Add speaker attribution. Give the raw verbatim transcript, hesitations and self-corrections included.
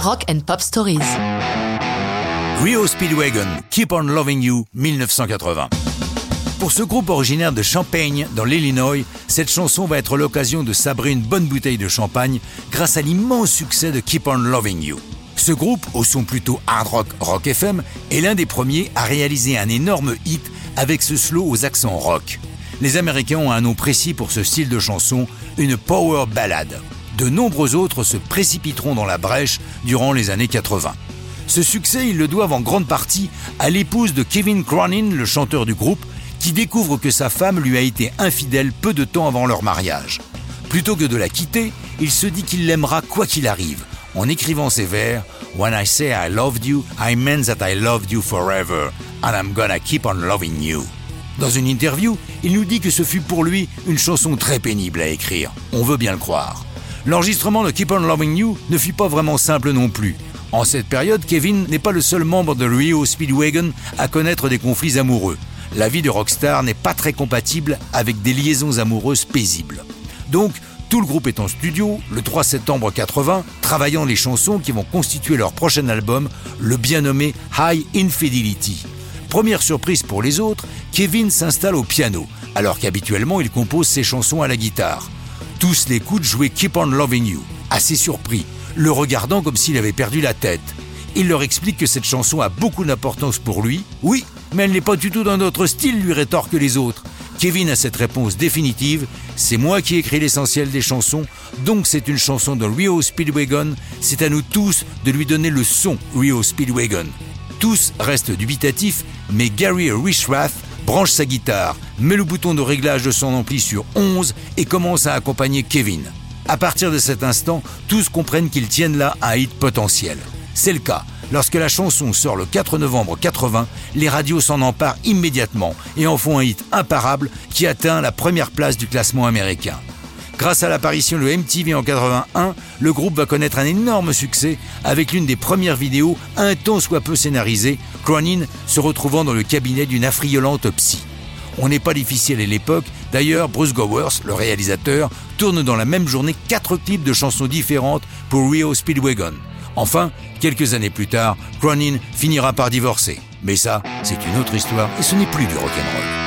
Speaker 1: Rock and Pop Stories.
Speaker 2: R E O Speedwagon, Keep on Loving You, dix-neuf cent quatre-vingts. Pour ce groupe originaire de Champaign, dans l'Illinois, cette chanson va être l'occasion de sabrer une bonne bouteille de champagne grâce à l'immense succès de Keep on Loving You. Ce groupe, au son plutôt hard rock, rock F M, est l'un des premiers à réaliser un énorme hit avec ce slow aux accents rock. Les Américains ont un nom précis pour ce style de chanson, une power ballad. De nombreux autres se précipiteront dans la brèche durant les années quatre-vingts. Ce succès, ils le doivent en grande partie à l'épouse de Kevin Cronin, le chanteur du groupe, qui découvre que sa femme lui a été infidèle peu de temps avant leur mariage. Plutôt que de la quitter, il se dit qu'il l'aimera quoi qu'il arrive, en écrivant ces vers « When I say I loved you, I meant that I loved you forever, and I'm gonna keep on loving you ». Dans une interview, il nous dit que ce fut pour lui une chanson très pénible à écrire. On veut bien le croire. L'enregistrement de Keep on Loving You ne fut pas vraiment simple non plus. En cette période, Kevin n'est pas le seul membre de R E O Speedwagon à connaître des conflits amoureux. La vie de rockstar n'est pas très compatible avec des liaisons amoureuses paisibles. Donc, tout le groupe est en studio, le trois septembre quatre-vingts, travaillant les chansons qui vont constituer leur prochain album, le bien nommé High Infidelity. Première surprise pour les autres, Kevin s'installe au piano, alors qu'habituellement il compose ses chansons à la guitare. Tous l'écoutent jouer Keep on Loving You, assez surpris, le regardant comme s'il avait perdu la tête. Il leur explique que cette chanson a beaucoup d'importance pour lui. Oui, mais elle n'est pas du tout dans notre style, lui rétorquent les autres. Kevin a cette réponse définitive. C'est moi qui ai écrit l'essentiel des chansons, donc c'est une chanson de R E O Speedwagon. C'est à nous tous de lui donner le son R E O Speedwagon. Tous restent dubitatifs, mais Gary Richrath branche sa guitare, met le bouton de réglage de son ampli sur onze et commence à accompagner Kevin. À partir de cet instant, tous comprennent qu'ils tiennent là un hit potentiel. C'est le cas. Lorsque la chanson sort le quatre novembre quatre-vingts, les radios s'en emparent immédiatement et en font un hit imparable qui atteint la première place du classement américain. Grâce à l'apparition de M T V en quatre-vingt-un, le groupe va connaître un énorme succès avec l'une des premières vidéos un tant soit peu scénarisée, Cronin se retrouvant dans le cabinet d'une affriolante psy. On n'est pas difficile à l'époque, d'ailleurs Bruce Gowers, le réalisateur, tourne dans la même journée quatre clips de chansons différentes pour R E O Speedwagon. Enfin, quelques années plus tard, Cronin finira par divorcer. Mais ça, c'est une autre histoire et ce n'est plus du rock'n'roll.